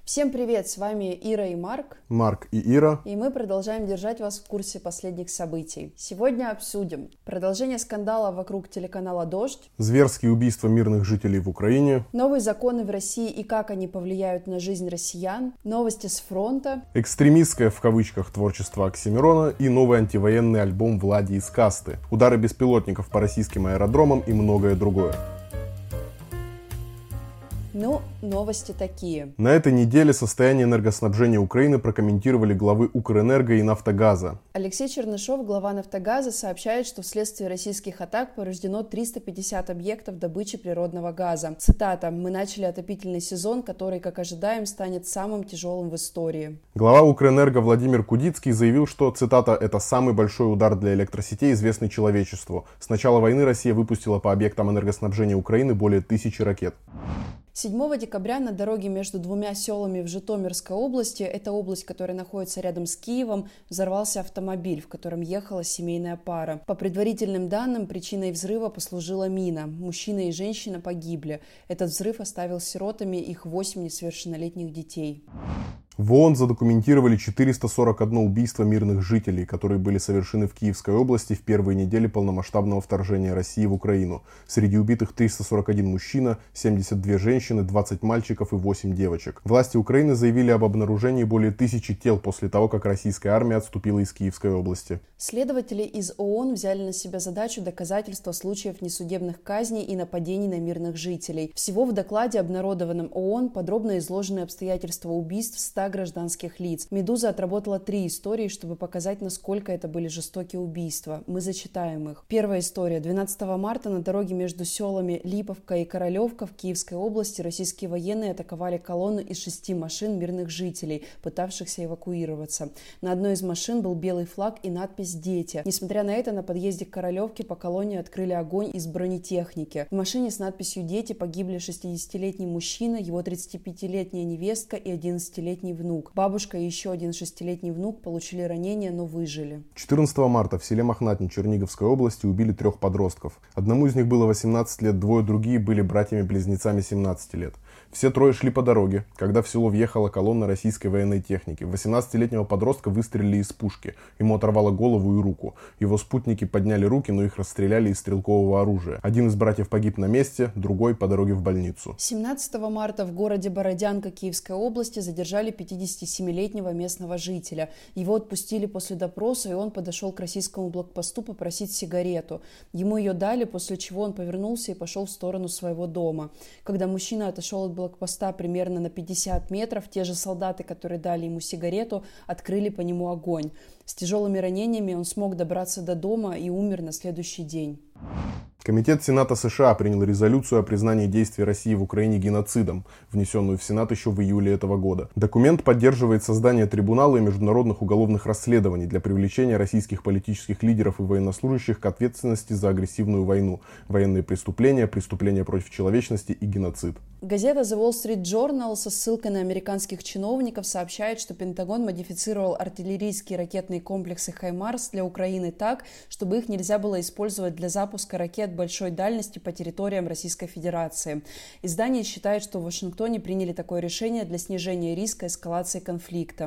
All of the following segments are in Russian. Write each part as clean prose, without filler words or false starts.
Всем привет, с вами Ира и Марк. Марк и Ира. И мы продолжаем держать вас в курсе последних событий. Сегодня обсудим продолжение скандала вокруг телеканала «Дождь», зверские убийства мирных жителей в Украине, новые законы в России и как они повлияют на жизнь россиян, новости с фронта, экстремистское в кавычках творчество Оксимирона и новый антивоенный альбом Влади из касты, удары беспилотников по российским аэродромам и многое другое. Новости такие. На этой неделе состояние энергоснабжения Украины прокомментировали главы Укрэнерго и Нафтогаза. Алексей Чернышов, глава Нафтогаза, сообщает, что вследствие российских атак повреждено 350 объектов добычи природного газа. Цитата: «Мы начали отопительный сезон, который, как ожидаем, станет самым тяжелым в истории». Глава Укрэнерго Владимир Кудицкий заявил, что, цитата, «это самый большой удар для электросетей, известный человечеству. С начала войны Россия выпустила по объектам энергоснабжения Украины более 1000 ракет». 7 декабря на дороге между двумя селами в Житомирской области, это область, которая находится рядом с Киевом, взорвался автомобиль, в котором ехала семейная пара. По предварительным данным, причиной взрыва послужила мина. Мужчина и женщина погибли. Этот взрыв оставил сиротами их 8 несовершеннолетних детей. В ООН задокументировали 441 убийство мирных жителей, которые были совершены в Киевской области в первые недели полномасштабного вторжения России в Украину. Среди убитых 341 мужчина, 72 женщины, 20 мальчиков и 8 девочек. Власти Украины заявили об обнаружении более 1000 тел после того, как российская армия отступила из Киевской области. Следователи из ООН взяли на себя задачу доказательства случаев несудебных казней и нападений на мирных жителей. Всего в докладе, обнародованном ООН, подробно изложены обстоятельства убийств 100 гражданских лиц. «Медуза» отработала 3 истории, чтобы показать, насколько это были жестокие убийства. Мы зачитаем их. Первая история. 12 марта на дороге между селами Липовка и Королевка в Киевской области российские военные атаковали колонну из 6 машин мирных жителей, пытавшихся эвакуироваться. На одной из машин был белый флаг и надпись «Дети». Несмотря на это, на подъезде к Королевке по колонне открыли огонь из бронетехники. В машине с надписью «Дети» погибли 60-летний мужчина, его 35-летняя невестка и 11-летний внук. Бабушка и еще один 6-летний внук получили ранения, но выжили. 14 марта в селе Мохнатин Черниговской области убили 3 подростков. Одному из них было 18 лет, 2 другие были братьями-близнецами 17 лет. Все 3 шли по дороге, когда в село въехала колонна российской военной техники. 18-летнего подростка выстрелили из пушки. Ему оторвало голову и руку. Его спутники подняли руки, но их расстреляли из стрелкового оружия. Один из братьев погиб на месте, другой по дороге в больницу. 17 марта в городе Бородянка Киевской области задержали 57-летнего местного жителя. Его отпустили после допроса, и он подошел к российскому блокпосту попросить сигарету. Ему ее дали, после чего он повернулся и пошел в сторону своего дома. Когда мужчина отошел от блокпоста примерно на 50 метров, те же солдаты, которые дали ему сигарету, открыли по нему огонь. С тяжелыми ранениями он смог добраться до дома и умер на следующий день. Комитет Сената США принял резолюцию о признании действий России в Украине геноцидом, внесенную в Сенат еще в июле этого года. Документ поддерживает создание трибунала и международных уголовных расследований для привлечения российских политических лидеров и военнослужащих к ответственности за агрессивную войну, военные преступления, преступления против человечности и геноцид. Газета The Wall Street Journal со ссылкой на американских чиновников сообщает, что Пентагон модифицировал артиллерийские ракетные комплексы «Хаймарс» для Украины так, чтобы их нельзя было использовать для запуска ракет большой дальности по территориям Российской Федерации. Издание считает, что в Вашингтоне приняли такое решение для снижения риска эскалации конфликта.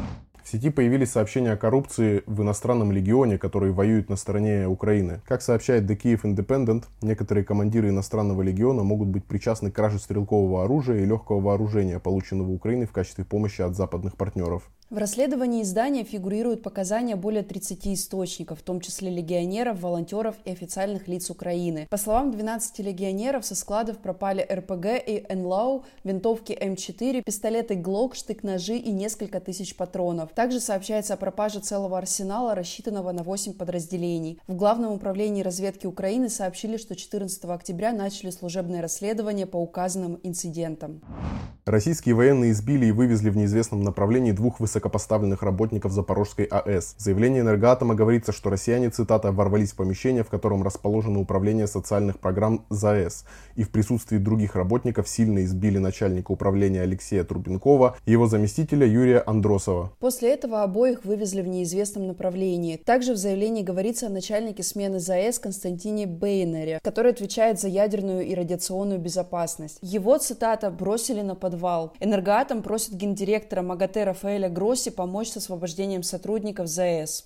В сети появились сообщения о коррупции в иностранном легионе, который воюет на стороне Украины. Как сообщает The Kyiv Independent, некоторые командиры иностранного легиона могут быть причастны к краже стрелкового оружия и легкого вооружения, полученного Украиной в качестве помощи от западных партнеров. В расследовании издания фигурируют показания более 30 источников, в том числе легионеров, волонтеров и официальных лиц Украины. По словам 12 легионеров, со складов пропали РПГ и НЛАУ, винтовки М4, пистолеты ГЛОК, штык-ножи и несколько тысяч патронов. Также сообщается о пропаже целого арсенала, рассчитанного на 8 подразделений. В Главном управлении разведки Украины сообщили, что 14 октября начали служебное расследование по указанным инцидентам. Российские военные избили и вывезли в неизвестном направлении 2 высокопоставленных высокопоставленных работников Запорожской АЭС. В заявлении Энергоатома говорится, что россияне, цитата, ворвались в помещение, в котором расположено управление социальных программ ЗАЭС, и в присутствии других работников сильно избили начальника управления Алексея Трубенкова и его заместителя Юрия Андросова. После этого обоих вывезли в неизвестном направлении. Также в заявлении говорится о начальнике смены ЗАЭС Константине Бейнере, который отвечает за ядерную и радиационную безопасность. Его, цитата, бросили на подвал. Энергоатом просит гендиректора МАГАТЭ Рафаэля Гросси помочь с освобождением сотрудников ЗАЭС.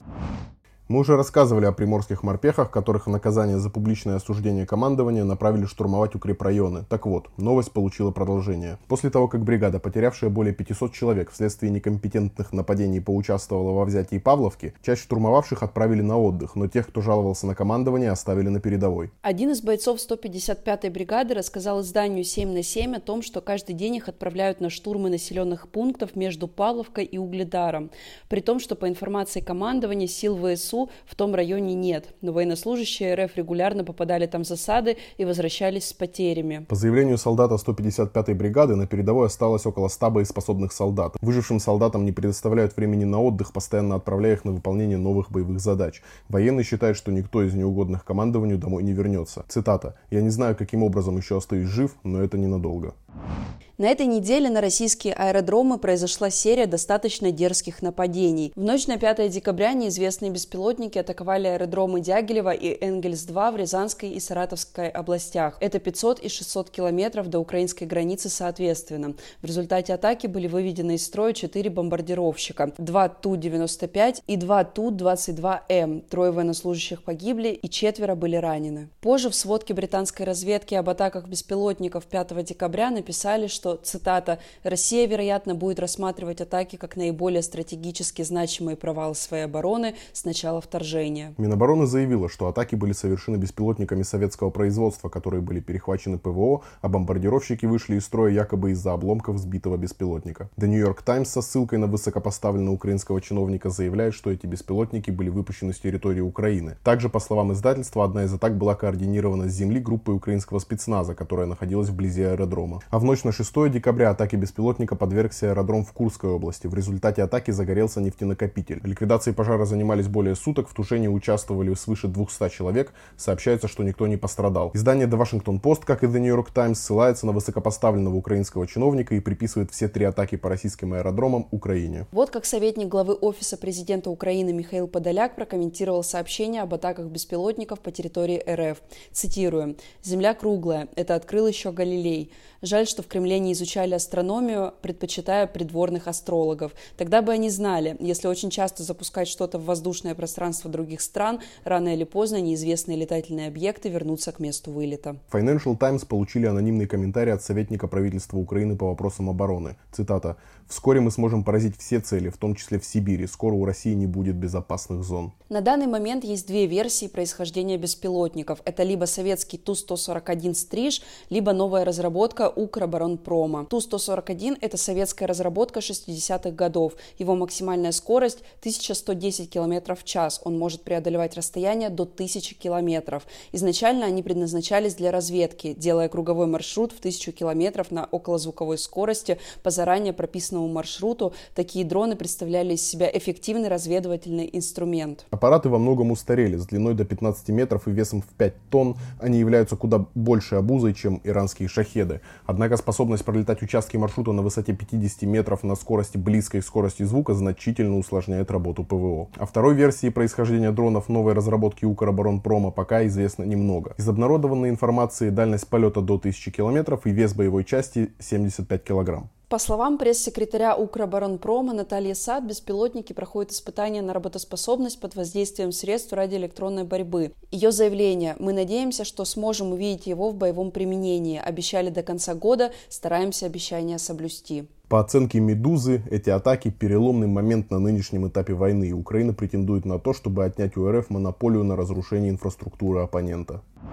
Мы уже рассказывали о приморских морпехах, которых в наказание за публичное осуждение командования направили штурмовать укрепрайоны. Так вот, новость получила продолжение. После того, как бригада, потерявшая более 500 человек вследствие некомпетентных нападений, поучаствовала во взятии Павловки, часть штурмовавших отправили на отдых, но тех, кто жаловался на командование, оставили на передовой. Один из бойцов 155-й бригады рассказал изданию 7/7 о том, что каждый день их отправляют на штурмы населенных пунктов между Павловкой и Угледаром, при том, что по информации командования сил ВСУ в том районе нет, но военнослужащие РФ регулярно попадали там в засады и возвращались с потерями. По заявлению солдата 155-й бригады, на передовой осталось около 100 боеспособных солдат. Выжившим солдатам не предоставляют времени на отдых, постоянно отправляя их на выполнение новых боевых задач. Военные считают, что никто из неугодных командованию домой не вернется. Цитата: «Я не знаю, каким образом еще остаюсь жив, но это ненадолго». На этой неделе на российские аэродромы произошла серия достаточно дерзких нападений. В ночь на 5 декабря неизвестные беспилотники атаковали аэродромы Дягилева и Энгельс-2 в Рязанской и Саратовской областях. Это 500 и 600 километров до украинской границы соответственно. В результате атаки были выведены из строя 4 бомбардировщика, 2 Ту-95 и 2 Ту-22М. 3 военнослужащих погибли и 4 были ранены. Позже в сводке британской разведки об атаках беспилотников 5 декабря написали, что, цитата, «Россия, вероятно, будет рассматривать атаки как наиболее стратегически значимые провалы своей обороны с начала вторжения». Минобороны заявила, что атаки были совершены беспилотниками советского производства, которые были перехвачены ПВО, а бомбардировщики вышли из строя якобы из-за обломков сбитого беспилотника. The New York Times со ссылкой на высокопоставленного украинского чиновника заявляет, что эти беспилотники были выпущены с территории Украины. Также, по словам издательства, одна из атак была координирована с земли группой украинского спецназа, которая находилась вблизи аэродрома. А в ночь на 6 декабря атаке беспилотника подвергся аэродром в Курской области. В результате атаки загорелся нефтенакопитель. Ликвидацией пожара занимались более суток, в тушении участвовали свыше 200 человек. Сообщается, что никто не пострадал. Издание The Washington Post, как и The New York Times, ссылается на высокопоставленного украинского чиновника и приписывает все 3 атаки по российским аэродромам Украине. Вот как советник главы Офиса президента Украины Михаил Подоляк прокомментировал сообщение об атаках беспилотников по территории РФ. Цитирую: «Земля круглая. Это открыл еще Галилей. Жаль, что в Кремле не изучали астрономию, предпочитая придворных астрологов. Тогда бы они знали, если очень часто запускать что-то в воздушное пространство других стран, рано или поздно неизвестные летательные объекты вернутся к месту вылета». Financial Times получили анонимный комментарий от советника правительства Украины по вопросам обороны. Цитата: «Вскоре мы сможем поразить все цели, в том числе в Сибири. Скоро у России не будет безопасных зон». На данный момент есть 2 версии происхождения беспилотников. Это либо советский Ту-141 «Стриж», либо новая разработка Укроборонпрома. Ту-141 – это советская разработка 60-х годов. Его максимальная скорость – 1110 км в час. Он может преодолевать расстояние до 1000 км. Изначально они предназначались для разведки, делая круговой маршрут в 1000 км на околозвуковой скорости по заранее прописанному маршруту. Такие дроны представляли из себя эффективный разведывательный инструмент. Аппараты во многом устарели. С длиной до 15 метров и весом в 5 тонн они являются куда большей обузой, чем иранские шахеды. Однако способность пролетать участки маршрута на высоте 50 метров на скорости близкой к скорости звука значительно усложняет работу ПВО. О второй версии происхождения дронов новой разработки Укроборонпрома пока известно немного. Из обнародованной информации дальность полета до 1000 км и вес боевой части 75 кг. По словам пресс-секретаря Укроборонпрома Натальи Сад, беспилотники проходят испытания на работоспособность под воздействием средств радиоэлектронной борьбы. Ее заявление: «Мы надеемся, что сможем увидеть его в боевом применении. Обещали до конца года, стараемся обещания соблюсти». По оценке «Медузы», эти атаки – переломный момент на нынешнем этапе войны, и Украина претендует на то, чтобы отнять у РФ монополию на разрушение инфраструктуры оппонента.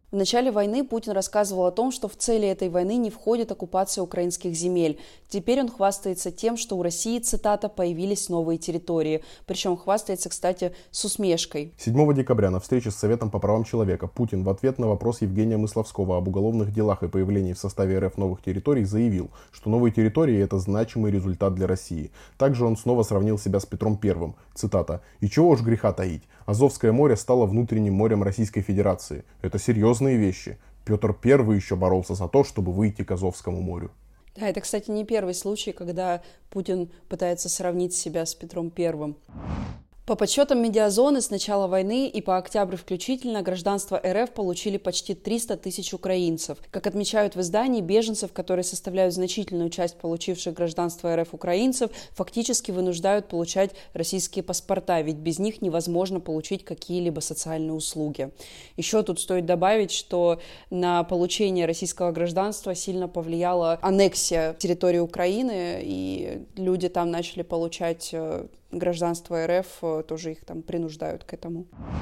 В начале войны Путин рассказывал о том, что в цели этой войны не входит оккупация украинских земель. Теперь он хвастается тем, что у России, цитата, «появились новые территории». Причем хвастается, кстати, с усмешкой. 7 декабря на встрече с Советом по правам человека Путин в ответ на вопрос Евгения Мысловского об уголовных делах и появлении в составе РФ новых территорий заявил, что новые территории – это значимый результат для России. Также он снова сравнил себя с Петром I. Цитата. «И чего уж греха таить. Азовское море стало внутренним морем Российской Федерации. Это серьезные вещи. Петр I еще боролся за то, чтобы выйти к Азовскому морю». Да, это, кстати, не первый случай, когда Путин пытается сравнить себя с Петром I. По подсчетам Медиазоны, с начала войны и по октябрь включительно гражданство РФ получили почти 300 тысяч украинцев. Как отмечают в издании, беженцев, которые составляют значительную часть получивших гражданство РФ украинцев, фактически вынуждают получать российские паспорта, ведь без них невозможно получить какие-либо социальные услуги. Еще тут стоит добавить, что на получение российского гражданства сильно повлияла аннексия территории Украины, и люди там начали получать гражданство РФ, тоже их там принуждают к этому.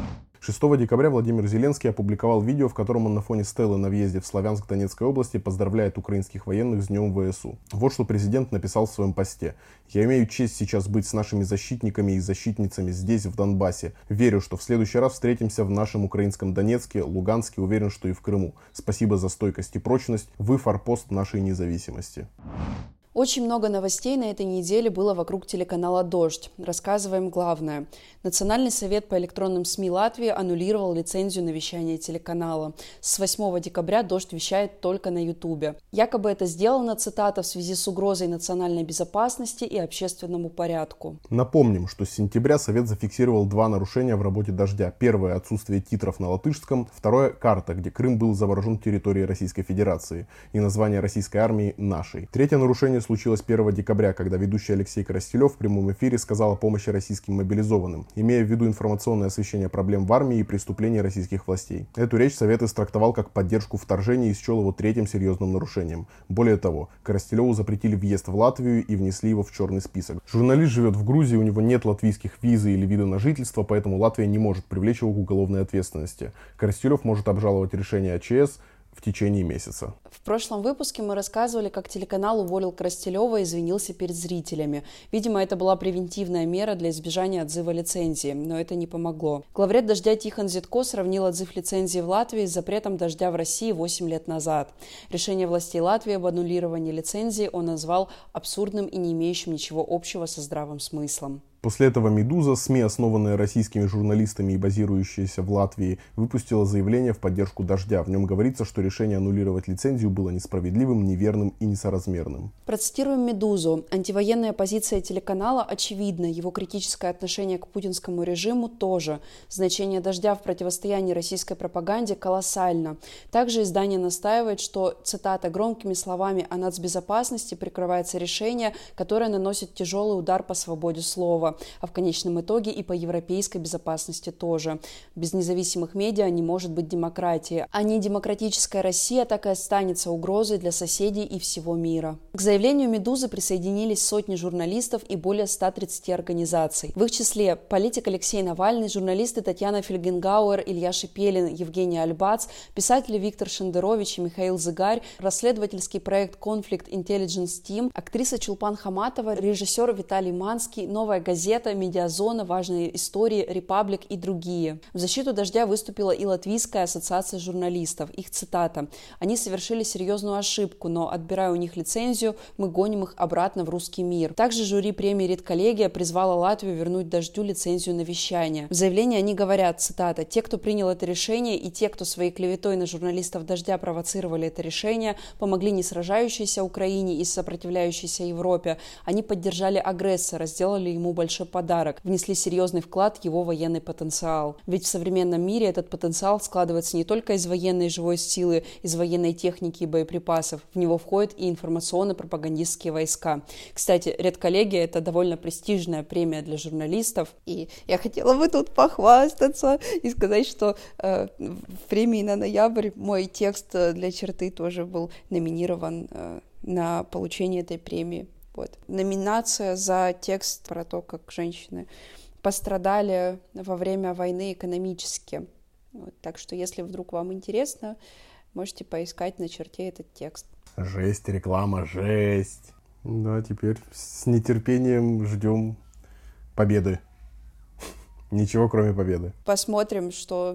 6 декабря Владимир Зеленский опубликовал видео, в котором он на фоне стелы на въезде в Славянск Донецкой области поздравляет украинских военных с Днем ВСУ. Вот что президент написал в своем посте. «Я имею честь сейчас быть с нашими защитниками и защитницами здесь, в Донбассе. Верю, что в следующий раз встретимся в нашем украинском Донецке, Луганске, уверен, что и в Крыму. Спасибо за стойкость и прочность. Вы форпост нашей независимости». Очень много новостей на этой неделе было вокруг телеканала «Дождь». Рассказываем главное. Национальный совет по электронным СМИ Латвии аннулировал лицензию на вещание телеканала. С 8 декабря «Дождь» вещает только на Ютубе. Якобы это сделано, цитата, в связи с угрозой национальной безопасности и общественному порядку. Напомним, что с сентября Совет зафиксировал 2 нарушения в работе «Дождя». Первое – отсутствие титров на латышском. Второе – карта, где Крым был заворожен территорией Российской Федерации. И название российской армии – нашей. Третье нарушение случилось 1 декабря, когда ведущий Алексей Коростелев в прямом эфире сказал о помощи российским мобилизованным, имея в виду информационное освещение проблем в армии и преступлений российских властей. Эту речь Совет истрактовал как поддержку вторжения и счел его 3-м серьезным нарушением. Более того, Коростелеву запретили въезд в Латвию и внесли его в черный список. Журналист живет в Грузии, у него нет латвийских визы или вида на жительство, поэтому Латвия не может привлечь его к уголовной ответственности. Коростелев может обжаловать решение АЧС в течение месяца. В прошлом выпуске мы рассказывали, как телеканал уволил Коростелева и извинился перед зрителями. Видимо, это была превентивная мера для избежания отзыва лицензии, но это не помогло. Главред «Дождя» Тихон Зитко сравнил отзыв лицензии в Латвии с запретом «Дождя» в России 8 лет назад. Решение властей Латвии об аннулировании лицензии он назвал абсурдным и не имеющим ничего общего со здравым смыслом. После этого «Медуза», СМИ, основанная российскими журналистами и базирующаяся в Латвии, выпустила заявление в поддержку «Дождя». В нем говорится, что решение аннулировать лицензию было несправедливым, неверным и несоразмерным. Процитируем «Медузу». Антивоенная позиция телеканала очевидна, его критическое отношение к путинскому режиму тоже. Значение «Дождя» в противостоянии российской пропаганде колоссально. Также издание настаивает, что, цитата, громкими словами о нацбезопасности прикрывается решение, которое наносит тяжелый удар по свободе слова. А в конечном итоге и по европейской безопасности тоже. Без независимых медиа не может быть демократии. А недемократическая Россия так и останется угрозой для соседей и всего мира. К заявлению «Медузы» присоединились сотни журналистов и более 130 организаций. В их числе политик Алексей Навальный, журналисты Татьяна Фельгенгауэр, Илья Шипелин, Евгений Альбац, писатели Виктор Шендерович и Михаил Зыгарь, расследовательский проект Conflict Intelligence Team, актриса Чулпан Хаматова, режиссер Виталий Манский, «Новая газета», «Медиазона», «Важные истории», «Репаблик» и другие. В защиту «Дождя» выступила и Латвийская ассоциация журналистов. Их цитата: «Они совершили серьезную ошибку, но, отбирая у них лицензию, мы гоним их обратно в русский мир». Также жюри премии «Редколлегия» призвала Латвию вернуть «Дождю» лицензию на вещание. В заявлении они говорят, цитата: «Те, кто принял это решение, и те, кто своей клеветой на журналистов «Дождя» провоцировали это решение, помогли не сражающейся Украине и сопротивляющейся Европе. Они поддержали агрессора, сделали ему большой подарок, внесли серьезный вклад в его военный потенциал. Ведь в современном мире этот потенциал складывается не только из военной живой силы, из военной техники и боеприпасов. В него входят и информационно-пропагандистские войска». Кстати, «Редколлегия» — это довольно престижная премия для журналистов. И я хотела бы тут похвастаться и сказать, что в премии на ноябрь мой текст для «Черты» тоже был номинирован на получение этой премии. Вот. Номинация за текст про то, как женщины пострадали во время войны экономически. Вот, так что, если вдруг вам интересно, можете поискать на черте этот текст. Жесть, реклама, жесть. Да, теперь с нетерпением ждем победы. Ничего, кроме победы. Посмотрим,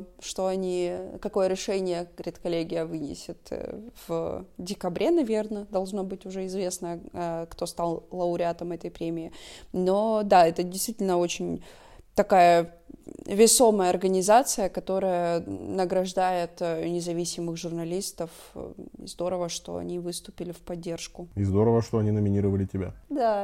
какое решение редколлегия вынесет в декабре, наверное. Должно быть уже известно, кто стал лауреатом этой премии. Но да, это действительно очень такая весомая организация, которая награждает независимых журналистов. И здорово, что они выступили в поддержку. И здорово, что они номинировали тебя. Да,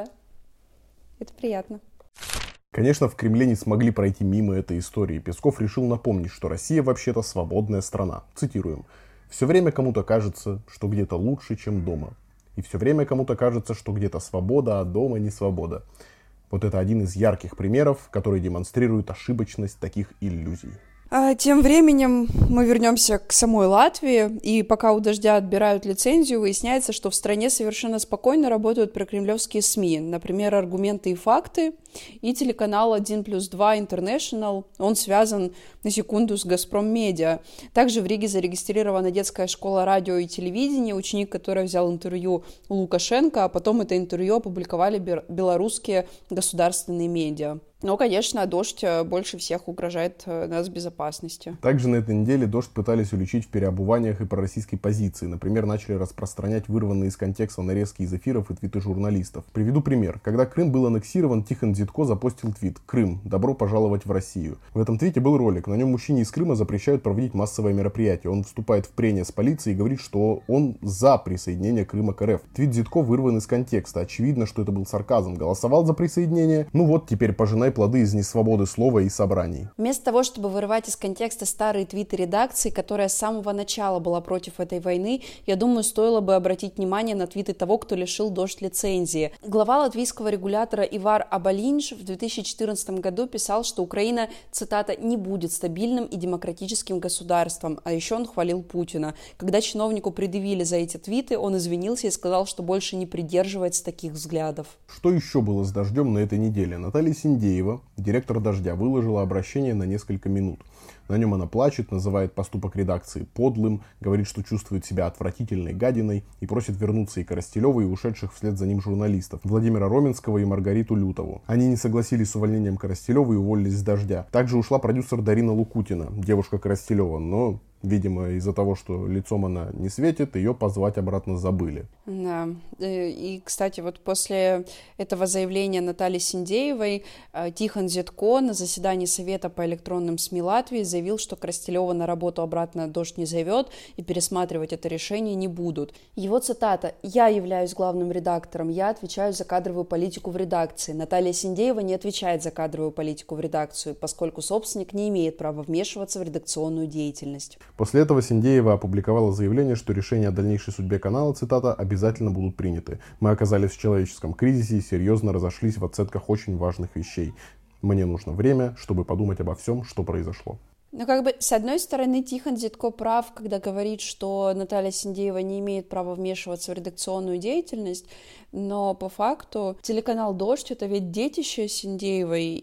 это приятно. Конечно, в Кремле не смогли пройти мимо этой истории. Песков решил напомнить, что Россия вообще-то свободная страна. Цитируем. «Все время кому-то кажется, что где-то лучше, чем дома. И все время кому-то кажется, что где-то свобода, а дома не свобода». Вот это один из ярких примеров, который демонстрирует ошибочность таких иллюзий. Тем временем мы вернемся к самой Латвии, и пока у «Дождя» отбирают лицензию, выясняется, что в стране совершенно спокойно работают прокремлевские СМИ, например, «Аргументы и факты» и телеканал 1+2 International, он связан, на секунду, с «Газпром Медиа». Также в Риге зарегистрирована детская школа радио и телевидения, ученик, который взял интервью у Лукашенко, а потом это интервью опубликовали белорусские государственные медиа. Но, конечно, «Дождь» больше всех угрожает нас безопасности. Также на этой неделе «Дождь» пытались уличить в переобуваниях и пророссийской позиции. Например, начали распространять вырванные из контекста нарезки из эфиров и твиты журналистов. Приведу пример. Когда Крым был аннексирован, Тихон Зитко запостил твит: «Крым, добро пожаловать в Россию». В этом твите был ролик. На нем мужчине из Крыма запрещают проводить массовое мероприятие. Он вступает в прения с полицией и говорит, что он за присоединение Крыма к РФ. Твит Зитко вырван из контекста. Очевидно, что это был сарказм. Голосовал за присоединение? Ну вот, теперь пожинай плоды из несвободы слова и собраний. Вместо того, чтобы вырывать из контекста старые твиты редакции, которая с самого начала была против этой войны, я думаю, стоило бы обратить внимание на твиты того, кто лишил «Дождь» лицензии. Глава латвийского регулятора Ивар Абалинш в 2014 году писал, что Украина, цитата, «не будет стабильным и демократическим государством», а еще он хвалил Путина. Когда чиновнику предъявили за эти твиты, он извинился и сказал, что больше не придерживается таких взглядов. Что еще было с «Дождем» на этой неделе? Наталья Синдеева, директор «Дождя», выложила обращение на несколько минут. На нем она плачет, называет поступок редакции подлым, говорит, что чувствует себя отвратительной гадиной и просит вернуться и Коростелева, и ушедших вслед за ним журналистов Владимира Роменского и Маргариту Лютову. Они не согласились с увольнением Коростелева и уволились с «Дождя». Также ушла продюсер Дарина Лукутина, девушка Коростелева, но, видимо, из-за того, что лицом она не светит, ее позвать обратно забыли. Да, и, кстати, вот после этого заявления Натальи Синдеевой Тихон Зитко на заседании Совета по электронным СМИ Латвии заявил, что Коростелева на работу обратно «Дождь» не зовет и пересматривать это решение не будут. Его цитата: «Я являюсь главным редактором, я отвечаю за кадровую политику в редакции. Наталья Синдеева не отвечает за кадровую политику в редакцию, поскольку собственник не имеет права вмешиваться в редакционную деятельность». После этого Синдеева опубликовала заявление, что решения о дальнейшей судьбе канала, цитата, обязательно будут приняты. «Мы оказались в человеческом кризисе и серьезно разошлись в оценках очень важных вещей. Мне нужно время, чтобы подумать обо всем, что произошло». Ну, как бы, с одной стороны, Тихон Зитко прав, когда говорит, что Наталья Синдеева не имеет права вмешиваться в редакционную деятельность, но по факту телеканал «Дождь» — это ведь детище Синдеевой,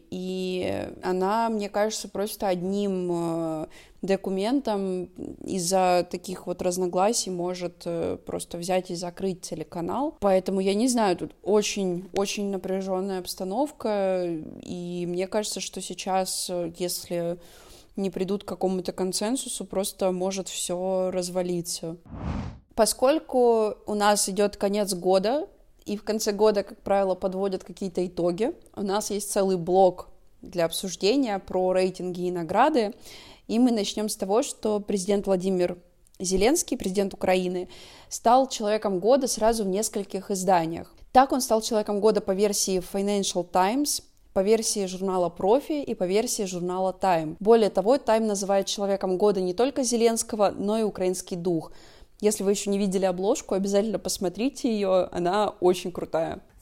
и она, мне кажется, просто одним документом из-за таких вот разногласий может просто взять и закрыть телеканал. Поэтому, я не знаю, тут очень напряженная обстановка, и мне кажется, что сейчас, если не придут к какому-то консенсусу, просто может все развалиться. Поскольку у нас идет конец года, и в конце года, как правило, подводят какие-то итоги, у нас есть целый блок для обсуждения про рейтинги и награды, и мы начнем с того, что президент Владимир Зеленский, президент Украины, стал человеком года сразу в нескольких изданиях. Так он стал человеком года по версии Financial Times, по версии журнала «Профи» и по версии журнала «Тайм». Более того, «Тайм» называет человеком года не только Зеленского, но и украинский дух. Если вы еще не видели обложку, обязательно посмотрите ее, она очень крутая.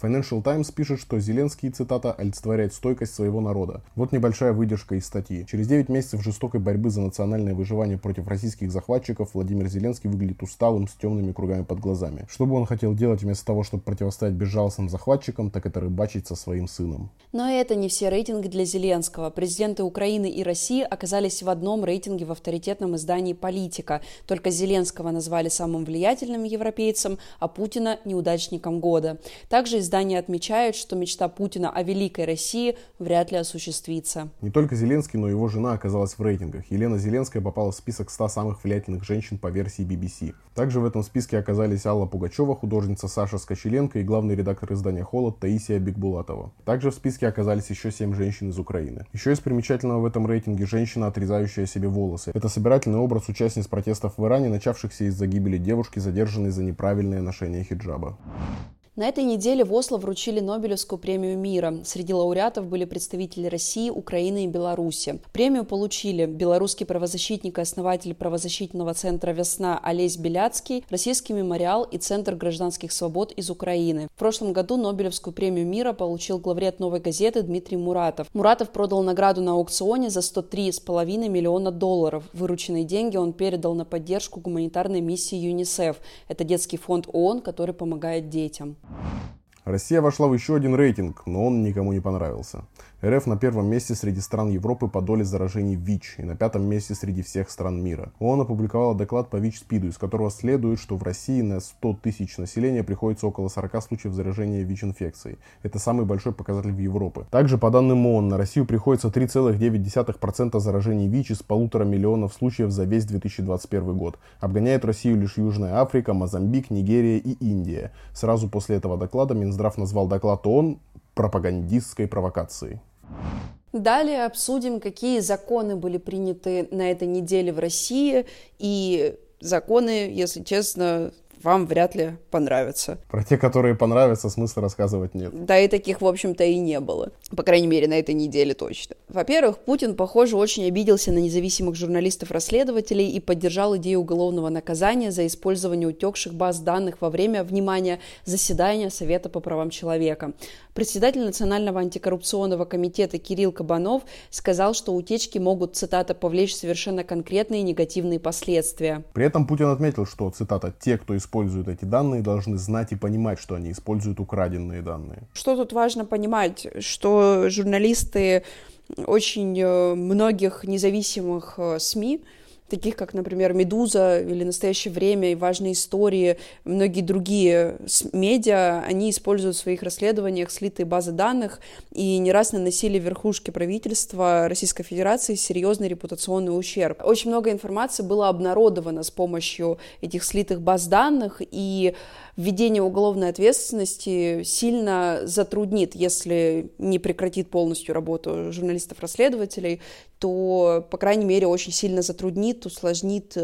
Financial Times пишет, что Зеленский, цитата, олицетворяет стойкость своего народа. Вот небольшая выдержка из статьи. Через 9 месяцев жестокой борьбы за национальное выживание против российских захватчиков Владимир Зеленский выглядит усталым, с темными кругами под глазами. Что бы он хотел делать вместо того, чтобы противостоять безжалостным захватчикам, так это рыбачить со своим сыном. Но это не все рейтинги для Зеленского. Президенты Украины и России оказались в одном рейтинге в авторитетном издании «Политика». Только Зеленского назвали самым влиятельным европейцем, а Путина – неудачником года. Также издание отмечает, что мечта Путина о великой России вряд ли осуществится. Не только Зеленский, но и его жена оказалась в рейтингах. Елена Зеленская попала в список 100 самых влиятельных женщин по версии BBC. Также в этом списке оказались Алла Пугачева, художница Саша Скочеленко и главный редактор издания «Холод» Таисия Бекбулатова. Также в списке оказались еще 7 женщин из Украины. Еще из примечательного в этом рейтинге женщина, отрезающая себе волосы. Это собирательный образ участниц протестов в Иране, начавшихся из-за гибели девушки, задержанной за неправильное ношение хиджаба. На этой неделе в Осло вручили Нобелевскую премию мира. Среди лауреатов были представители России, Украины и Беларуси. Премию получили белорусский правозащитник и основатель правозащитного центра «Весна» Олесь Беляцкий, Российский мемориал и Центр гражданских свобод из Украины. В прошлом году Нобелевскую премию мира получил главред «Новой газеты» Дмитрий Муратов. Муратов продал награду на аукционе за $103,5 миллиона. Вырученные деньги он передал на поддержку гуманитарной миссии ЮНИСЕФ. Это детский фонд ООН, который помогает детям. Россия вошла в еще один рейтинг, но он никому не понравился. РФ на первом месте среди стран Европы по доле заражений ВИЧ и на 5-м месте среди всех стран мира. ООН опубликовала доклад по ВИЧ-СПИДу, из которого следует, что в России на 100 тысяч населения приходится около 40 случаев заражения ВИЧ-инфекцией. Это самый большой показатель в Европе. Также, по данным ООН, на Россию приходится 3,9% заражений ВИЧ из 1,5 миллиона случаев за весь 2021 год. Обгоняет Россию лишь Южная Африка, Мозамбик, Нигерия и Индия. Сразу после этого доклада Минздрав назвал доклад ООН пропагандистской провокацией. Далее обсудим, какие законы были приняты на этой неделе в России, и законы, если честно, вам вряд ли понравятся. Про те, которые понравятся, смысла рассказывать нет. Да и таких, в общем-то, и не было. По крайней мере, на этой неделе точно. Во-первых, Путин, похоже, очень обиделся на независимых журналистов-расследователей и поддержал идею уголовного наказания за использование утекших баз данных во время, внимания, заседания Совета по правам человека. Председатель Национального антикоррупционного комитета Кирилл Кабанов сказал, что утечки могут, цитата, повлечь совершенно конкретные негативные последствия. При этом Путин отметил, что, цитата, «те, кто используют эти данные, должны знать и понимать, что они используют украденные данные». Что тут важно понимать, что журналисты очень многих независимых СМИ, таких как, например, «Медуза» или «Настоящее время» и «Важные истории», многие другие медиа, они используют в своих расследованиях слитые базы данных и не раз наносили верхушке правительства Российской Федерации серьезный репутационный ущерб. Очень много информации было обнародовано с помощью этих слитых баз данных, и введение уголовной ответственности сильно затруднит, если не прекратит полностью работу журналистов-расследователей, то, по крайней мере, очень сильно затруднит, усложнит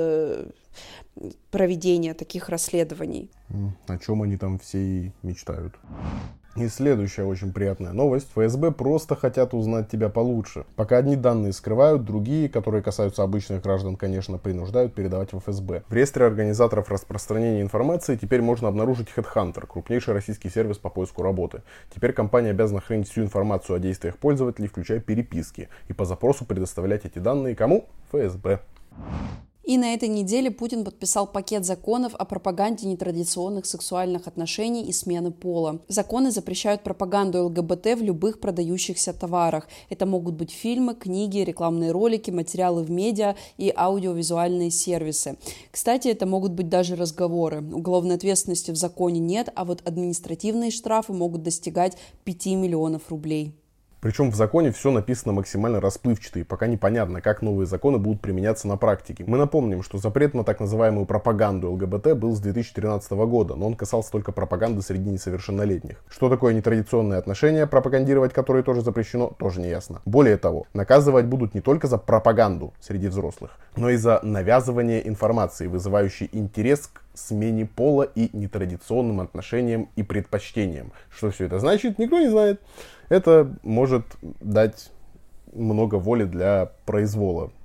проведение таких расследований. О чем они там все и мечтают. И следующая очень приятная новость. ФСБ просто хотят узнать тебя получше. Пока одни данные скрывают, другие, которые касаются обычных граждан, конечно, принуждают передавать в ФСБ. В реестре организаторов распространения информации теперь можно обнаружить HeadHunter, крупнейший российский сервис по поиску работы. Теперь компания обязана хранить всю информацию о действиях пользователей, включая переписки, и по запросу предоставлять эти данные кому? ФСБ. И на этой неделе Путин подписал пакет законов о пропаганде нетрадиционных сексуальных отношений и смены пола. Законы запрещают пропаганду ЛГБТ в любых продающихся товарах. Это могут быть фильмы, книги, рекламные ролики, материалы в медиа и аудиовизуальные сервисы. Кстати, это могут быть даже разговоры. Уголовной ответственности в законе нет, а вот административные штрафы могут достигать 5 миллионов рублей. Причем в законе все написано максимально расплывчато, и пока непонятно, как новые законы будут применяться на практике. Мы напомним, что запрет на так называемую пропаганду ЛГБТ был с 2013 года, но он касался только пропаганды среди несовершеннолетних. Что такое нетрадиционные отношения, пропагандировать которые тоже запрещено, тоже не ясно. Более того, наказывать будут не только за пропаганду среди взрослых, но и за навязывание информации, вызывающей интерес к смене пола и нетрадиционным отношениям и предпочтениям. Что все это значит, никто не знает. Это может дать много воли для произвола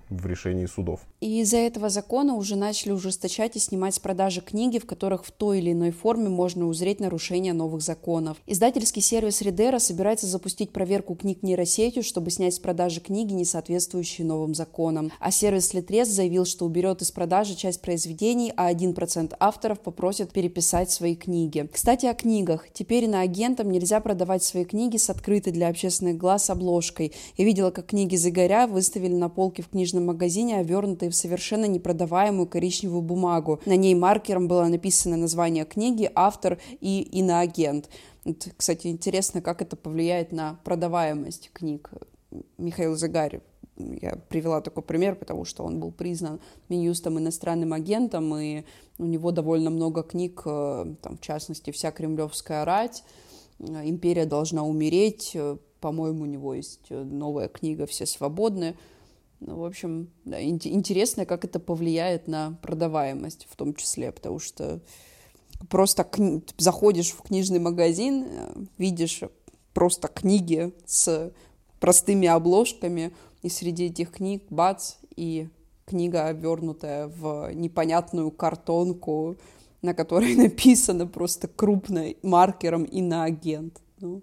в решении судов. И из-за этого закона уже начали ужесточать и снимать с продажи книги, в которых в той или иной форме можно узреть нарушение новых законов. Издательский сервис Ридера собирается запустить проверку книг нейросетью, чтобы снять с продажи книги, не соответствующие новым законам. А сервис Литрес заявил, что уберет из продажи часть произведений, а 1% авторов попросят переписать свои книги. Кстати, о книгах. Теперь иноагентам нельзя продавать свои книги с открытой для общественных глаз обложкой. Я видела, как книги Зыгоря выставили на полке в книжном магазине, обернутые в совершенно непродаваемую коричневую бумагу. На ней маркером было написано название книги, автор и иноагент. Вот, кстати, интересно, как это повлияет на продаваемость книг. Михаил Зыгарь. Я привела такой пример, потому что он был признан Минюстом иностранным агентом, и у него довольно много книг, там, в частности, «Вся кремлевская рать», «Империя должна умереть», по-моему, у него есть новая книга «Все свободны». Ну, в общем, да, интересно, как это повлияет на продаваемость в том числе, потому что просто заходишь в книжный магазин, видишь просто книги с простыми обложками, и среди этих книг, бац, и книга, обернутая в непонятную картонку, на которой написано просто крупным маркером «Иноагент». Ну,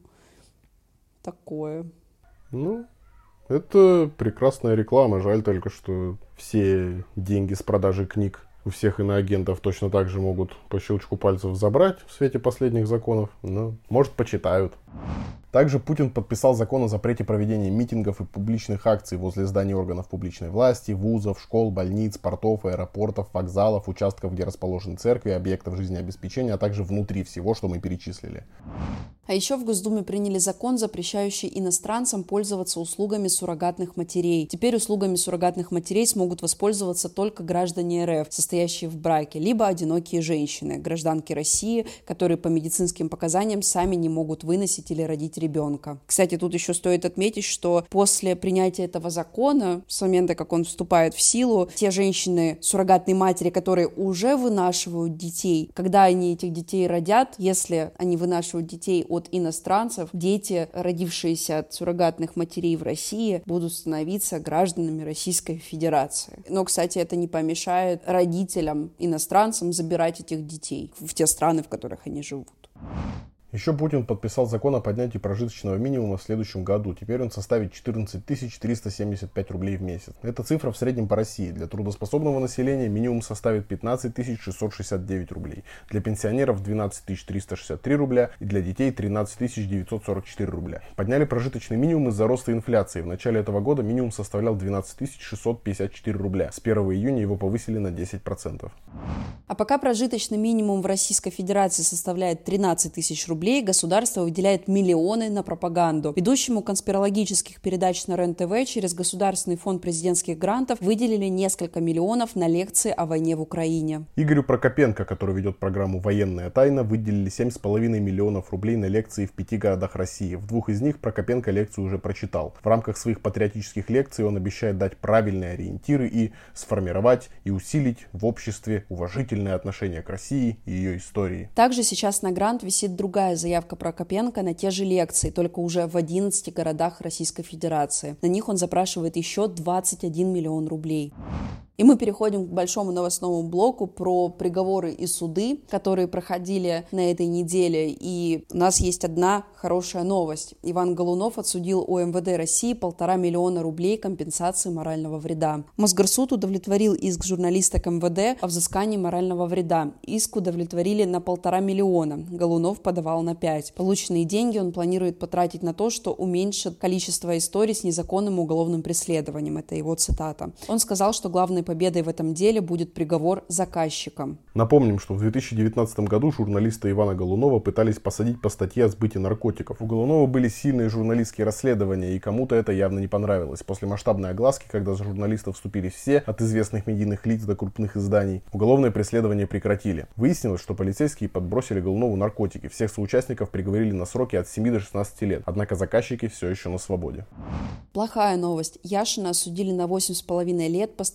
такое. Ну, это прекрасная реклама. Жаль только, что все деньги с продажи книг у всех иноагентов точно так же могут по щелчку пальцев забрать в свете последних законов. Но, может, почитают. Также Путин подписал закон о запрете проведения митингов и публичных акций возле зданий органов публичной власти, вузов, школ, больниц, портов, аэропортов, вокзалов, участков, где расположены церкви, объектов жизнеобеспечения, а также внутри всего, что мы перечислили. А еще в Госдуме приняли закон, запрещающий иностранцам пользоваться услугами суррогатных матерей. Теперь услугами суррогатных матерей смогут воспользоваться только граждане РФ, состоящие в браке, либо одинокие женщины, гражданки России, которые по медицинским показаниям сами не могут выносить или родить ребенка. Кстати, тут еще стоит отметить, что после принятия этого закона, с момента, как он вступает в силу, те женщины, суррогатные матери, которые уже вынашивают детей, когда они этих детей родят, если они вынашивают детей от иностранцев, дети, родившиеся от суррогатных матерей в России, будут становиться гражданами Российской Федерации. Но, кстати, это не помешает родителям, иностранцам забирать этих детей в те страны, в которых они живут. Еще Путин подписал закон о поднятии прожиточного минимума в следующем году. Теперь он составит 14 375 рублей в месяц. Эта цифра в среднем по России. Для трудоспособного населения минимум составит 15 669 рублей. Для пенсионеров 12 363 рубля и для детей 13 944 рубля. Подняли прожиточный минимум из-за роста инфляции. В начале этого года минимум составлял 12 654 рубля. С 1 июня его повысили на 10%. А пока прожиточный минимум в Российской Федерации составляет 13 тысяч рублей, государство выделяет миллионы на пропаганду. Ведущему конспирологических передач на РЕН-ТВ через Государственный фонд президентских грантов выделили несколько миллионов на лекции о войне в Украине. Игорю Прокопенко, который ведет программу «Военная тайна», выделили 7,5 миллионов рублей на лекции в 5 городах России. В 2 из них Прокопенко лекцию уже прочитал. В рамках своих патриотических лекций он обещает дать правильные ориентиры и сформировать и усилить в обществе уважительное отношение к России и ее истории. Также сейчас на грант висит другая заявка Прокопенко на те же лекции, только уже в 11 городах Российской Федерации. На них он запрашивает еще 21 миллион рублей. И мы переходим к большому новостному блоку про приговоры и суды, которые проходили на этой неделе. И у нас есть одна хорошая новость. Иван Голунов отсудил у МВД России 1,5 миллиона рублей компенсации морального вреда. Мосгорсуд удовлетворил иск журналиста к МВД о взыскании морального вреда. Иск удовлетворили на 1,5 миллиона. Голунов подавал на 5. Полученные деньги он планирует потратить на то, что уменьшит количество историй с незаконным уголовным преследованием. Это его цитата. Он сказал, что главной победой в этом деле будет приговор заказчикам. Напомним, что в 2019 году журналиста Ивана Голунова пытались посадить по статье о сбыте наркотиков. У Голунова были сильные журналистские расследования, и кому-то это явно не понравилось. После масштабной огласки, когда за журналистов вступились все, от известных медийных лиц до крупных изданий, уголовное преследование прекратили. Выяснилось, что полицейские подбросили Голунову наркотики. Всех соучастников приговорили на сроки от 7 до 16 лет. Однако заказчики все еще на свободе. Плохая новость. Яшина осудили на 8,5 лет по статье о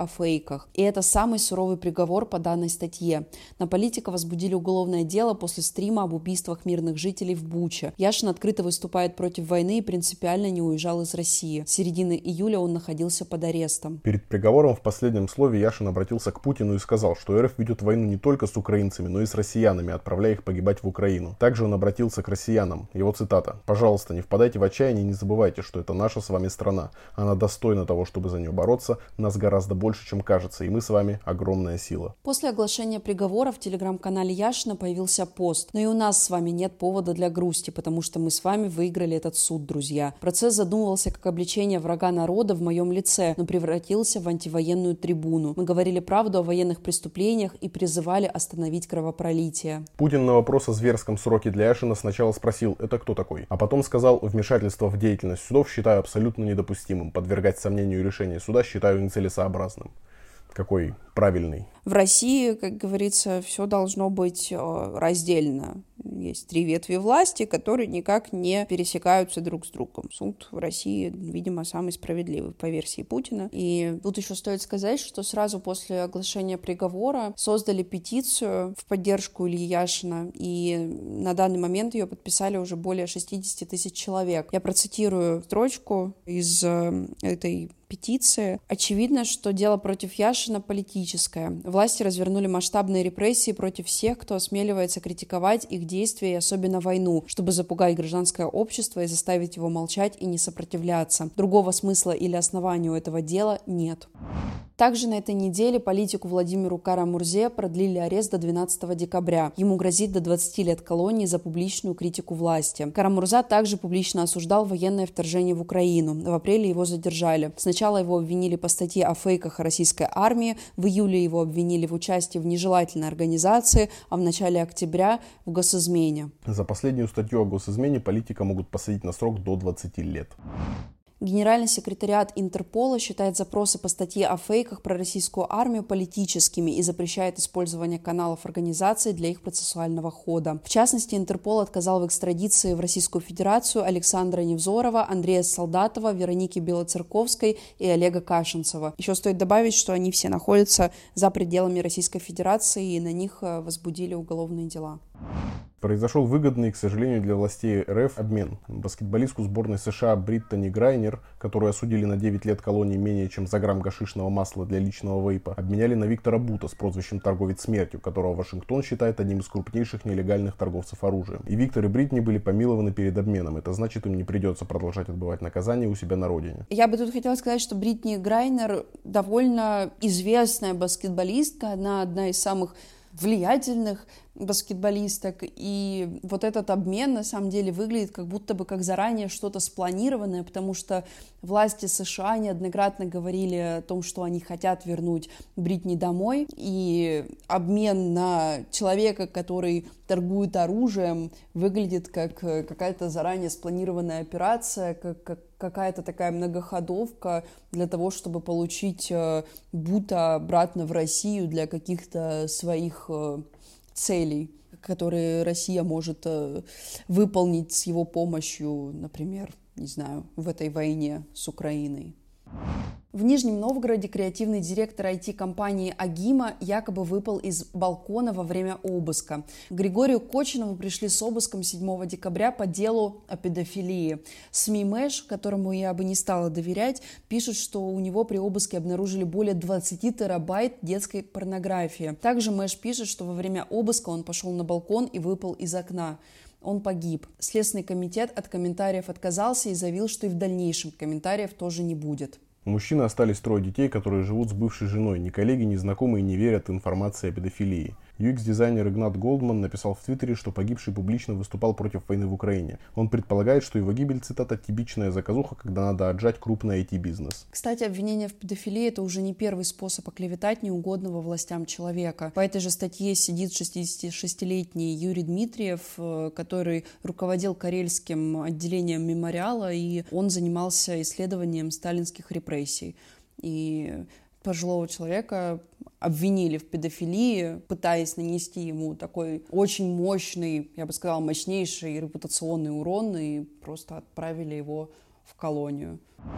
фейках. И это самый суровый приговор по данной статье. На политика возбудили уголовное дело после стрима об убийствах мирных жителей в Буче. Яшин открыто выступает против войны и принципиально не уезжал из России. С середины июля он находился под арестом. Перед приговором в последнем слове Яшин обратился к Путину и сказал, что РФ ведет войну не только с украинцами, но и с россиянами, отправляя их погибать в Украину. Также он обратился к россиянам. Его цитата: «Пожалуйста, не впадайте в отчаяние и не забывайте, что это наша с вами страна. Она достойна того, чтобы за нее бороться. Нас гораздо больше, чем кажется, и мы с вами огромная сила». После оглашения приговора в телеграм-канале Яшина появился пост: «Но и у нас с вами нет повода для грусти, потому что мы с вами выиграли этот суд, друзья. Процесс задумывался как обличение врага народа в моем лице, но превратился в антивоенную трибуну. Мы говорили правду о военных преступлениях и призывали остановить кровопролитие». Путин на вопрос о зверском сроке для Яшина сначала спросил: «Это кто такой?», а потом сказал: «Вмешательство в деятельность судов считаю абсолютно недопустимым. Подвергать сомнению решения суда считаю нецелесообразным». Какой правильный. В России, как говорится, все должно быть раздельно. Есть 3 ветви власти, которые никак не пересекаются друг с другом. Суд в России, видимо, самый справедливый по версии Путина. И тут еще стоит сказать, что сразу после оглашения приговора создали петицию в поддержку Ильи Яшина, и на данный момент ее подписали уже более 60 тысяч человек. Я процитирую строчку из этой петиции. «Очевидно, что дело против Яшина политическое. Власти развернули масштабные репрессии против всех, кто осмеливается критиковать их действия и особенно войну, чтобы запугать гражданское общество и заставить его молчать и не сопротивляться. Другого смысла или основания у этого дела нет». Также на этой неделе политику Владимиру Кара-Мурзе продлили арест до 12 декабря. Ему грозит до 20 лет колонии за публичную критику власти. Кара-Мурза также публично осуждал военное вторжение в Украину. В апреле его задержали. Сначала его обвинили по статье о фейках о российской армии, в июле его обвинили в участии в нежелательной организации, а в начале октября в госизмене. За последнюю статью о госизмене политика могут посадить на срок до 20 лет. Генеральный секретариат Интерпола считает запросы по статье о фейках про российскую армию политическими и запрещает использование каналов организации для их процессуального хода. В частности, Интерпол отказал в экстрадиции в Российскую Федерацию Александра Невзорова, Андрея Солдатова, Вероники Белоцерковской и Олега Кашинцева. Еще стоит добавить, что они все находятся за пределами Российской Федерации, и на них возбудили уголовные дела. Произошел выгодный, к сожалению, для властей РФ обмен. Баскетболистку сборной США Бриттани Грайнер, которую осудили на 9 лет колонии менее чем за грамм гашишного масла для личного вейпа, обменяли на Виктора Бута с прозвищем «Торговец смертью», которого Вашингтон считает одним из крупнейших нелегальных торговцев оружием. И Виктор и Бритни были помилованы перед обменом. Это значит, им не придется продолжать отбывать наказание у себя на родине. Я бы тут хотела сказать, что Бритни Грайнер довольно известная баскетболистка, она одна из самых влиятельных баскетболисток, и вот этот обмен на самом деле выглядит как будто бы как заранее что-то спланированное, потому что власти США неоднократно говорили о том, что они хотят вернуть Бритни домой, и обмен на человека, который торгует оружием, выглядит как какая-то заранее спланированная операция, как какая-то такая многоходовка для того, чтобы получить Бута обратно в Россию для каких-то своих целей, которые Россия может выполнить с его помощью, например, не знаю, в этой войне с Украиной. В Нижнем Новгороде креативный директор IT-компании Агима якобы выпал из балкона во время обыска. К Григорию Кочинову пришли с обыском 7 декабря по делу о педофилии. СМИ Мэш, которому я бы не стала доверять, пишут, что у него при обыске обнаружили более 20 терабайт детской порнографии. Также Мэш пишет, что во время обыска он пошел на балкон и выпал из окна. Он погиб. Следственный комитет от комментариев отказался и заявил, что и в дальнейшем комментариев тоже не будет. У мужчины остались 3 детей, которые живут с бывшей женой. Ни коллеги, ни знакомые не верят информации о педофилии. UX-дизайнер Игнат Голдман написал в Твиттере, что погибший публично выступал против войны в Украине. Он предполагает, что его гибель, цитата, «типичная заказуха, когда надо отжать крупный IT-бизнес». Кстати, обвинение в педофилии – это уже не первый способ оклеветать неугодного властям человека. По этой же статье сидит 66-летний Юрий Дмитриев, который руководил карельским отделением мемориала, и он занимался исследованием сталинских репрессий. И пожилого человека обвинили в педофилии, пытаясь нанести ему такой очень мощный, я бы сказала, мощнейший репутационный урон, и просто отправили его в колонию.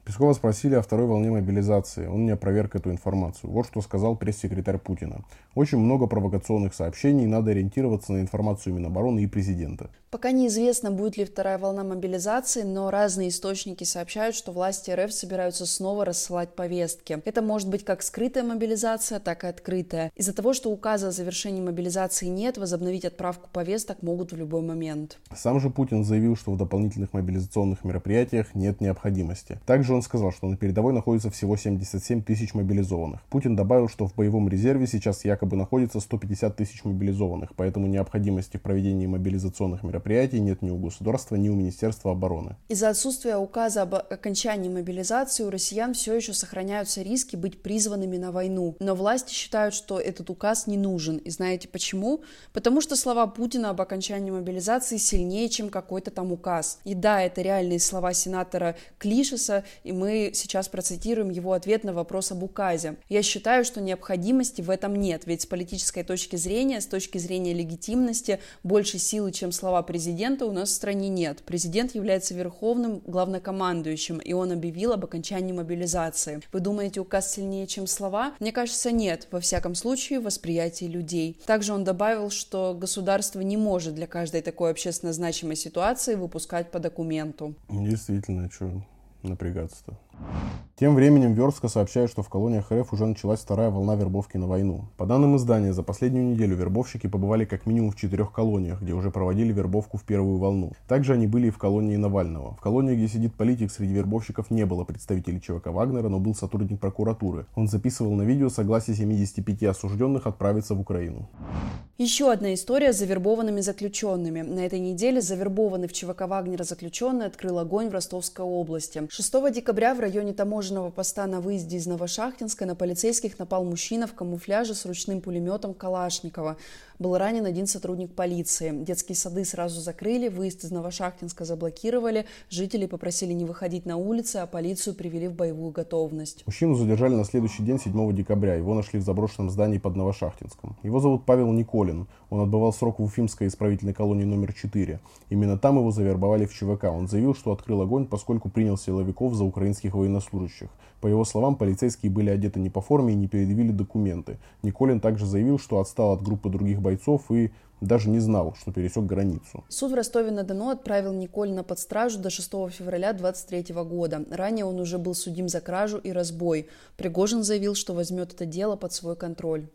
Пескова спросили о второй волне мобилизации. Он не опроверг эту информацию. Вот что сказал пресс-секретарь Путина. Очень много провокационных сообщений, надо ориентироваться на информацию Минобороны и президента. Пока неизвестно, будет ли вторая волна мобилизации, но разные источники сообщают, что власти РФ собираются снова рассылать повестки. Это может быть как скрытая мобилизация, так и открытая. Из-за того, что указа о завершении мобилизации нет, возобновить отправку повесток могут в любой момент. Сам же Путин заявил, что в дополнительных мобилизационных мероприятиях нет необходимости. Также он сказал, что на передовой находится всего 77 тысяч мобилизованных. Путин добавил, что в боевом резерве сейчас якобы находится 150 тысяч мобилизованных, поэтому необходимости в проведении мобилизационных мероприятий нет ни у государства, ни у Министерства обороны. Из-за отсутствия указа об окончании мобилизации у россиян все еще сохраняются риски быть призванными на войну. Но власти считают, что этот указ не нужен. И знаете почему? Потому что слова Путина об окончании мобилизации сильнее, чем какой-то там указ. И да, это реальные слова сенатора Клишеса, и мы сейчас процитируем его ответ на вопрос об указе. Я считаю, что необходимости в этом нет, ведь с политической точки зрения, с точки зрения легитимности, больше силы, чем слова президента, у нас в стране нет. Президент является верховным главнокомандующим, и он объявил об окончании мобилизации. Вы думаете, указ сильнее, чем слова? Мне кажется, нет. Во всяком случае, в восприятии людей. Также он добавил, что государство не может для каждой такой общественно значимой ситуации выпускать по документу. Действительно, что напрягаться-то. Тем временем Верстка сообщает, что в колониях РФ уже началась вторая волна вербовки на войну. По данным издания, за последнюю неделю вербовщики побывали как минимум в 4 колониях, где уже проводили вербовку в первую волну. Также они были и в колонии Навального. В колонии, где сидит политик, среди вербовщиков не было представителей ЧВК Вагнера, но был сотрудник прокуратуры. Он записывал на видео согласие 75 осужденных отправиться в Украину. Еще одна история с завербованными заключенными. На этой неделе завербованный в ЧВК Вагнера заключенный открыл огонь в Ростовской области. 6 декабря в районе таможенного поста на выезде из Новошахтинска на полицейских напал мужчина в камуфляже с ручным пулеметом Калашникова. Был ранен один сотрудник полиции. Детские сады сразу закрыли, выезд из Новошахтинска заблокировали, жителей попросили не выходить на улицы, а полицию привели в боевую готовность. Мужчину задержали на следующий день, 7 декабря. Его нашли в заброшенном здании под Новошахтинском. Его зовут Павел Николин. Он отбывал срок в Уфимской исправительной колонии номер 4. Именно там его завербовали в ЧВК. Он заявил, что открыл огонь, поскольку принял силовиков за украинских военнослужащих. По его словам, полицейские были одеты не по форме и не предъявили документы. Николин также заявил, что отстал от группы других бойцов и даже не знал, что пересек границу. Суд в Ростове-на-Дону отправил Николина под стражу до 6 февраля 2023 года. Ранее он уже был судим за кражу и разбой. Пригожин заявил, что возьмет это дело под свой контроль.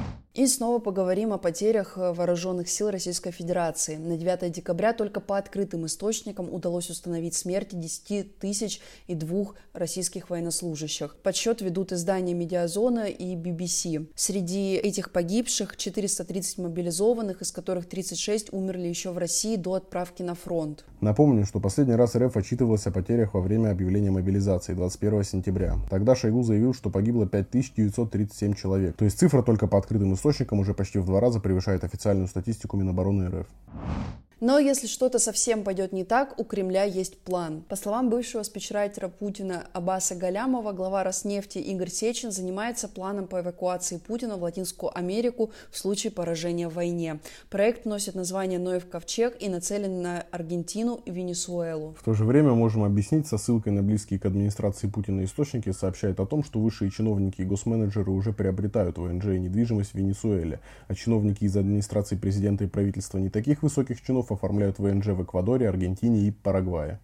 И снова поговорим о потерях вооруженных сил Российской Федерации. На 9 декабря только по открытым источникам удалось установить смерти 10 тысяч и 2 российских военнослужащих. Подсчет ведут издания «Медиазона» и BBC. Среди этих погибших 430 мобилизованных, из которых 36 умерли еще в России до отправки на фронт. Напомню, что последний раз РФ отчитывалась о потерях во время объявления мобилизации 21 сентября. Тогда Шойгу заявил, что погибло 5937 человек. То есть цифра только по открытым источникам уже почти в 2 раза превышает официальную статистику Минобороны РФ. Но если что-то совсем пойдет не так, у Кремля есть план. По словам бывшего спичрайтера Путина Аббаса Галямова, глава Роснефти Игорь Сечин занимается планом по эвакуации Путина в Латинскую Америку в случае поражения в войне. Проект носит название «Ноев ковчег» и нацелен на Аргентину и Венесуэлу. В то же время можем объяснить со ссылкой на близкие к администрации Путина источники, сообщают о том, что высшие чиновники и госменеджеры уже приобретают ВНЖ и недвижимость в Венесуэле, а чиновники из администрации президента и правительства не таких высоких чинов оформляют ВНЖ в Эквадоре, Аргентине и Парагвае.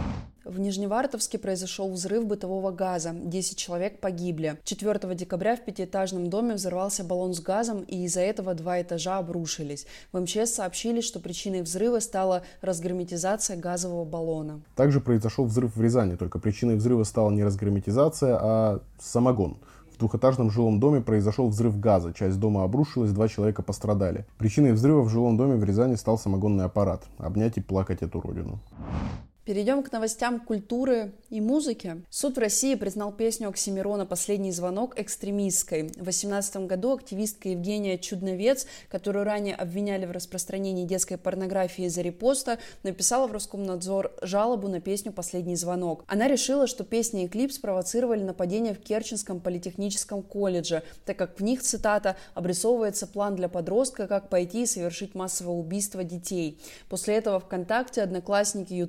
В Нижневартовске произошел взрыв бытового газа. 10 человек погибли. 4 декабря в 5-этажном доме взорвался баллон с газом, и из-за этого 2 этажа обрушились. В МЧС сообщили, что причиной взрыва стала разгерметизация газового баллона. Также произошел взрыв в Рязани, только причиной взрыва стала не разгерметизация, а самогон. В 2-этажном жилом доме произошел взрыв газа, часть дома обрушилась, 2 человека пострадали. Причиной взрыва в жилом доме в Рязани стал самогонный аппарат. Обнять и плакать эту родину. Перейдем к новостям культуры и музыки. Суд в России признал песню Оксимирона «Последний звонок» экстремистской. В 2018 году активистка Евгения Чудновец, которую ранее обвиняли в распространении детской порнографии из-за репоста, написала в Роскомнадзор жалобу на песню «Последний звонок». Она решила, что песня и клип спровоцировали нападение в Керченском политехническом колледже, так как в них, цитата, «обрисовывается план для подростка, как пойти и совершить массовое убийство детей». После этого ВКонтакте, Одноклассники, Ютуб и Фейсбук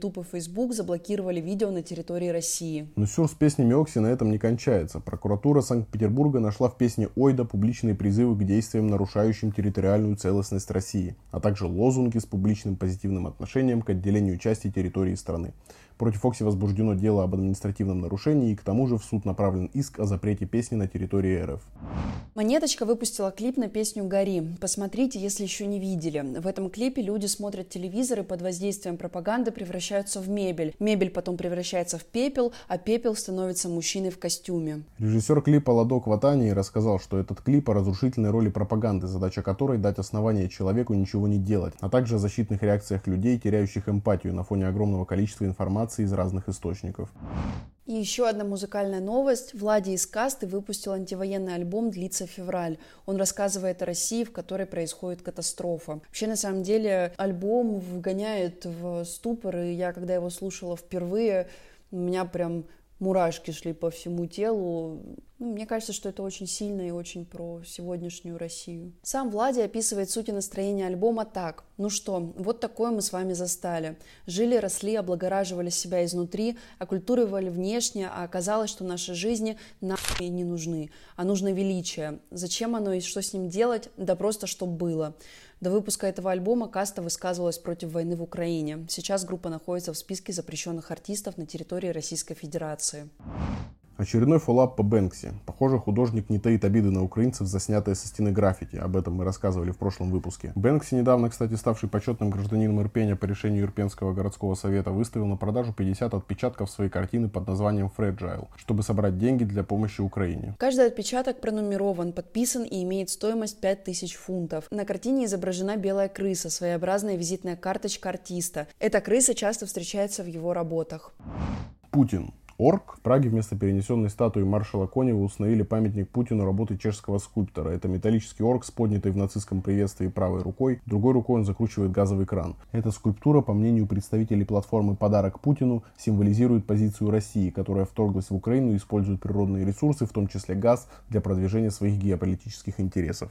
Facebook заблокировали видео на территории России. Но сюр с песнями Окси на этом не кончается. Прокуратура Санкт-Петербурга нашла в песне «Ойда» публичные призывы к действиям, нарушающим территориальную целостность России, а также лозунги с публичным позитивным отношением к отделению части территории страны. Против Окси возбуждено дело об административном нарушении, и к тому же в суд направлен иск о запрете песни на территории РФ. Монеточка выпустила клип на песню «Гори». Посмотрите, если еще не видели. В этом клипе люди смотрят телевизор и под воздействием пропаганды превращаются в мебель. Мебель потом превращается в пепел, а пепел становится мужчиной в костюме. Режиссер клипа Ладок Ватани рассказал, что этот клип о разрушительной роли пропаганды, задача которой дать основание человеку ничего не делать, а также о защитных реакциях людей, теряющих эмпатию на фоне огромного количества информации из разных источников. И еще одна музыкальная новость. Влади из «Касты» выпустил антивоенный альбом «Длится февраль». Он рассказывает о России, в которой происходит катастрофа. Вообще, на самом деле, альбом вгоняет в ступор, и я, когда его слушала впервые, у меня прям мурашки шли по всему телу. Мне кажется, что это очень сильно и очень про сегодняшнюю Россию. Сам Влади описывает суть и настроение альбома так. Ну что, вот такое мы с вами застали. Жили, росли, облагораживали себя изнутри, оккультуривали внешне, а оказалось, что наши жизни нахуй не нужны, а нужно величие. Зачем оно и что с ним делать? Да просто чтоб было. До выпуска этого альбома Каста высказывалась против войны в Украине. Сейчас группа находится в списке запрещенных артистов на территории Российской Федерации. Очередной фоллап по Бэнкси. Похоже, художник не таит обиды на украинцев за снятое со стены граффити. Об этом мы рассказывали в прошлом выпуске. Бэнкси, недавно, кстати, ставший почетным гражданином Ирпеня по решению Ирпенского городского совета, выставил на продажу 50 отпечатков своей картины под названием «Fragile», чтобы собрать деньги для помощи Украине. Каждый отпечаток пронумерован, подписан и имеет стоимость 5000 фунтов. На картине изображена белая крыса, своеобразная визитная карточка артиста. Эта крыса часто встречается в его работах. Путин. Орг. В Праге вместо перенесенной статуи маршала Конева установили памятник Путину работы чешского скульптора. Это металлический орг с поднятой в нацистском приветствии правой рукой. Другой рукой он закручивает газовый кран. Эта скульптура, по мнению представителей платформы «Подарок Путину», символизирует позицию России, которая вторглась в Украину и использует природные ресурсы, в том числе газ, для продвижения своих геополитических интересов.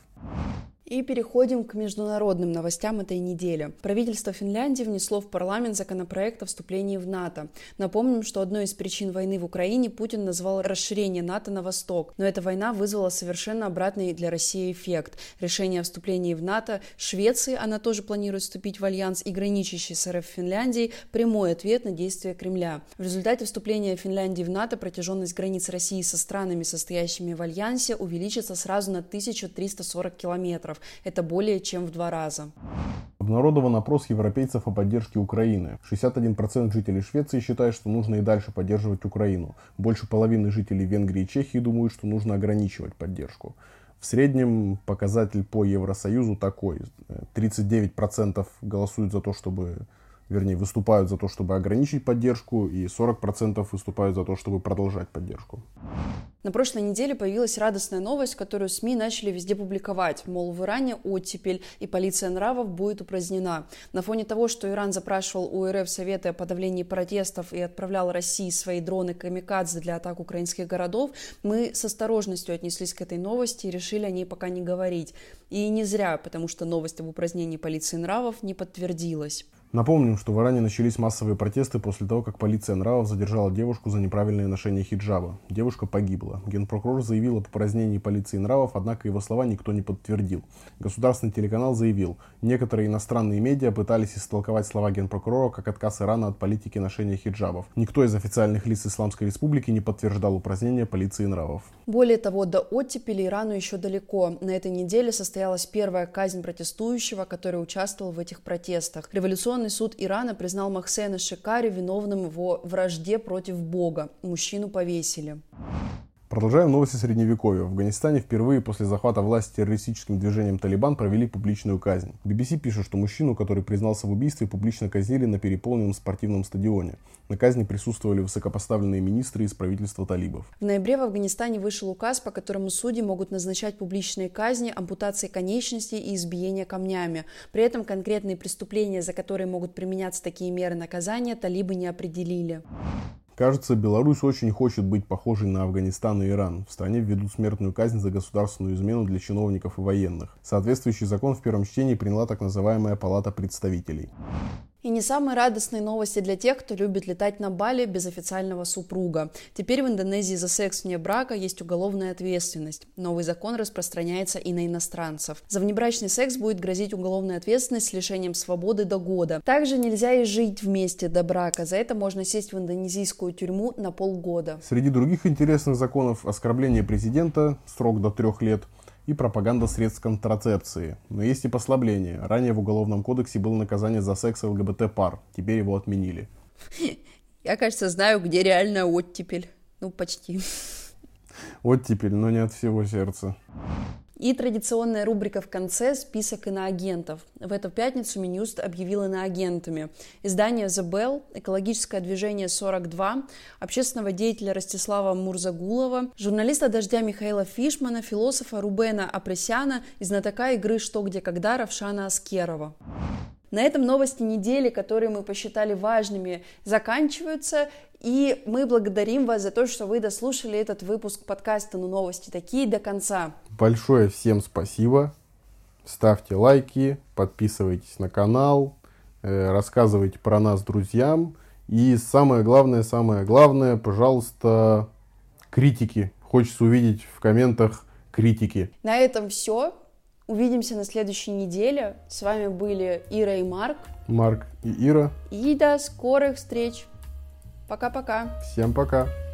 И переходим к международным новостям этой недели. Правительство Финляндии внесло в парламент законопроект о вступлении в НАТО. Напомним, что одной из причин войны в Украине Путин назвал расширение НАТО на восток. Но эта война вызвала совершенно обратный для России эффект. Решение о вступлении в НАТО Швеции, она тоже планирует вступить в альянс, и граничащей с РФ Финляндии, прямой ответ на действия Кремля. В результате вступления Финляндии в НАТО протяженность границ России со странами, состоящими в альянсе, увеличится сразу на 1340 километров. Это более чем в 2 раза. Обнародован опрос европейцев о поддержке Украины. 61% жителей Швеции считают, что нужно и дальше поддерживать Украину. Больше половины жителей Венгрии и Чехии думают, что нужно ограничивать поддержку. В среднем показатель по Евросоюзу такой. 39% голосуют за то, выступают за то, чтобы ограничить поддержку, и 40% выступают за то, чтобы продолжать поддержку. На прошлой неделе появилась радостная новость, которую СМИ начали везде публиковать. Мол, в Иране оттепель, и полиция нравов будет упразднена. На фоне того, что Иран запрашивал у РФ советы о подавлении протестов и отправлял России свои дроны камикадзе для атак украинских городов, мы с осторожностью отнеслись к этой новости и решили о ней пока не говорить. И не зря, потому что новость об упразднении полиции нравов не подтвердилась. Напомним, что в Иране начались массовые протесты после того, как полиция нравов задержала девушку за неправильное ношение хиджаба. Девушка погибла. Генпрокурор заявил об упразднении полиции нравов, однако его слова никто не подтвердил. Государственный телеканал заявил, некоторые иностранные медиа пытались истолковать слова генпрокурора как отказ Ирана от политики ношения хиджабов. Никто из официальных лиц Исламской Республики не подтверждал упразднение полиции нравов. Более того, до оттепели Ирану еще далеко. На этой неделе состоялась первая казнь протестующего, который участвовал в этих протестах. Революционный суд Ирана признал Мохсена Шекари виновным в вражде против Бога. Мужчину повесили. Продолжаем новости Средневековья. В Афганистане впервые после захвата власти террористическим движением «Талибан» провели публичную казнь. BBC пишет, что мужчину, который признался в убийстве, публично казнили на переполненном спортивном стадионе. На казни присутствовали высокопоставленные министры из правительства талибов. В ноябре в Афганистане вышел указ, по которому судьи могут назначать публичные казни, ампутации конечностей и избиения камнями. При этом конкретные преступления, за которые могут применяться такие меры наказания, талибы не определили. Кажется, Беларусь очень хочет быть похожей на Афганистан и Иран. В стране введут смертную казнь за государственную измену для чиновников и военных. Соответствующий закон в первом чтении приняла так называемая Палата представителей. И не самые радостные новости для тех, кто любит летать на Бали без официального супруга. Теперь в Индонезии за секс вне брака есть уголовная ответственность. Новый закон распространяется и на иностранцев. За внебрачный секс будет грозить уголовная ответственность с лишением свободы до года. Также нельзя и жить вместе до брака. За это можно сесть в индонезийскую тюрьму на полгода. Среди других интересных законов оскорбление президента, срок до 3 лет, и пропаганда средств контрацепции. Но есть и послабление. Ранее в Уголовном кодексе было наказание за секс ЛГБТ-пар. Теперь его отменили. Я, кажется, знаю, где реальная оттепель. Ну, почти. Оттепель, но не от всего сердца. И традиционная рубрика в конце – список иноагентов. В эту пятницу Минюст объявил иноагентами издание «The Bell», экологическое движение 42, общественного деятеля Ростислава Мурзагулова, журналиста «Дождя» Михаила Фишмана, философа Рубена Апресяна и знатока игры «Что, где, когда» Равшана Аскерова. На этом новости недели, которые мы посчитали важными, заканчиваются. И мы благодарим вас за то, что вы дослушали этот выпуск подкаста «Ну, новости такие» до конца. Большое всем спасибо. Ставьте лайки, подписывайтесь на канал, рассказывайте про нас друзьям. И самое главное, пожалуйста, критики. Хочется увидеть в комментах критики. На этом все. Увидимся на следующей неделе. С вами были Ира и Марк. Марк и Ира. И до скорых встреч. Пока-пока. Всем пока.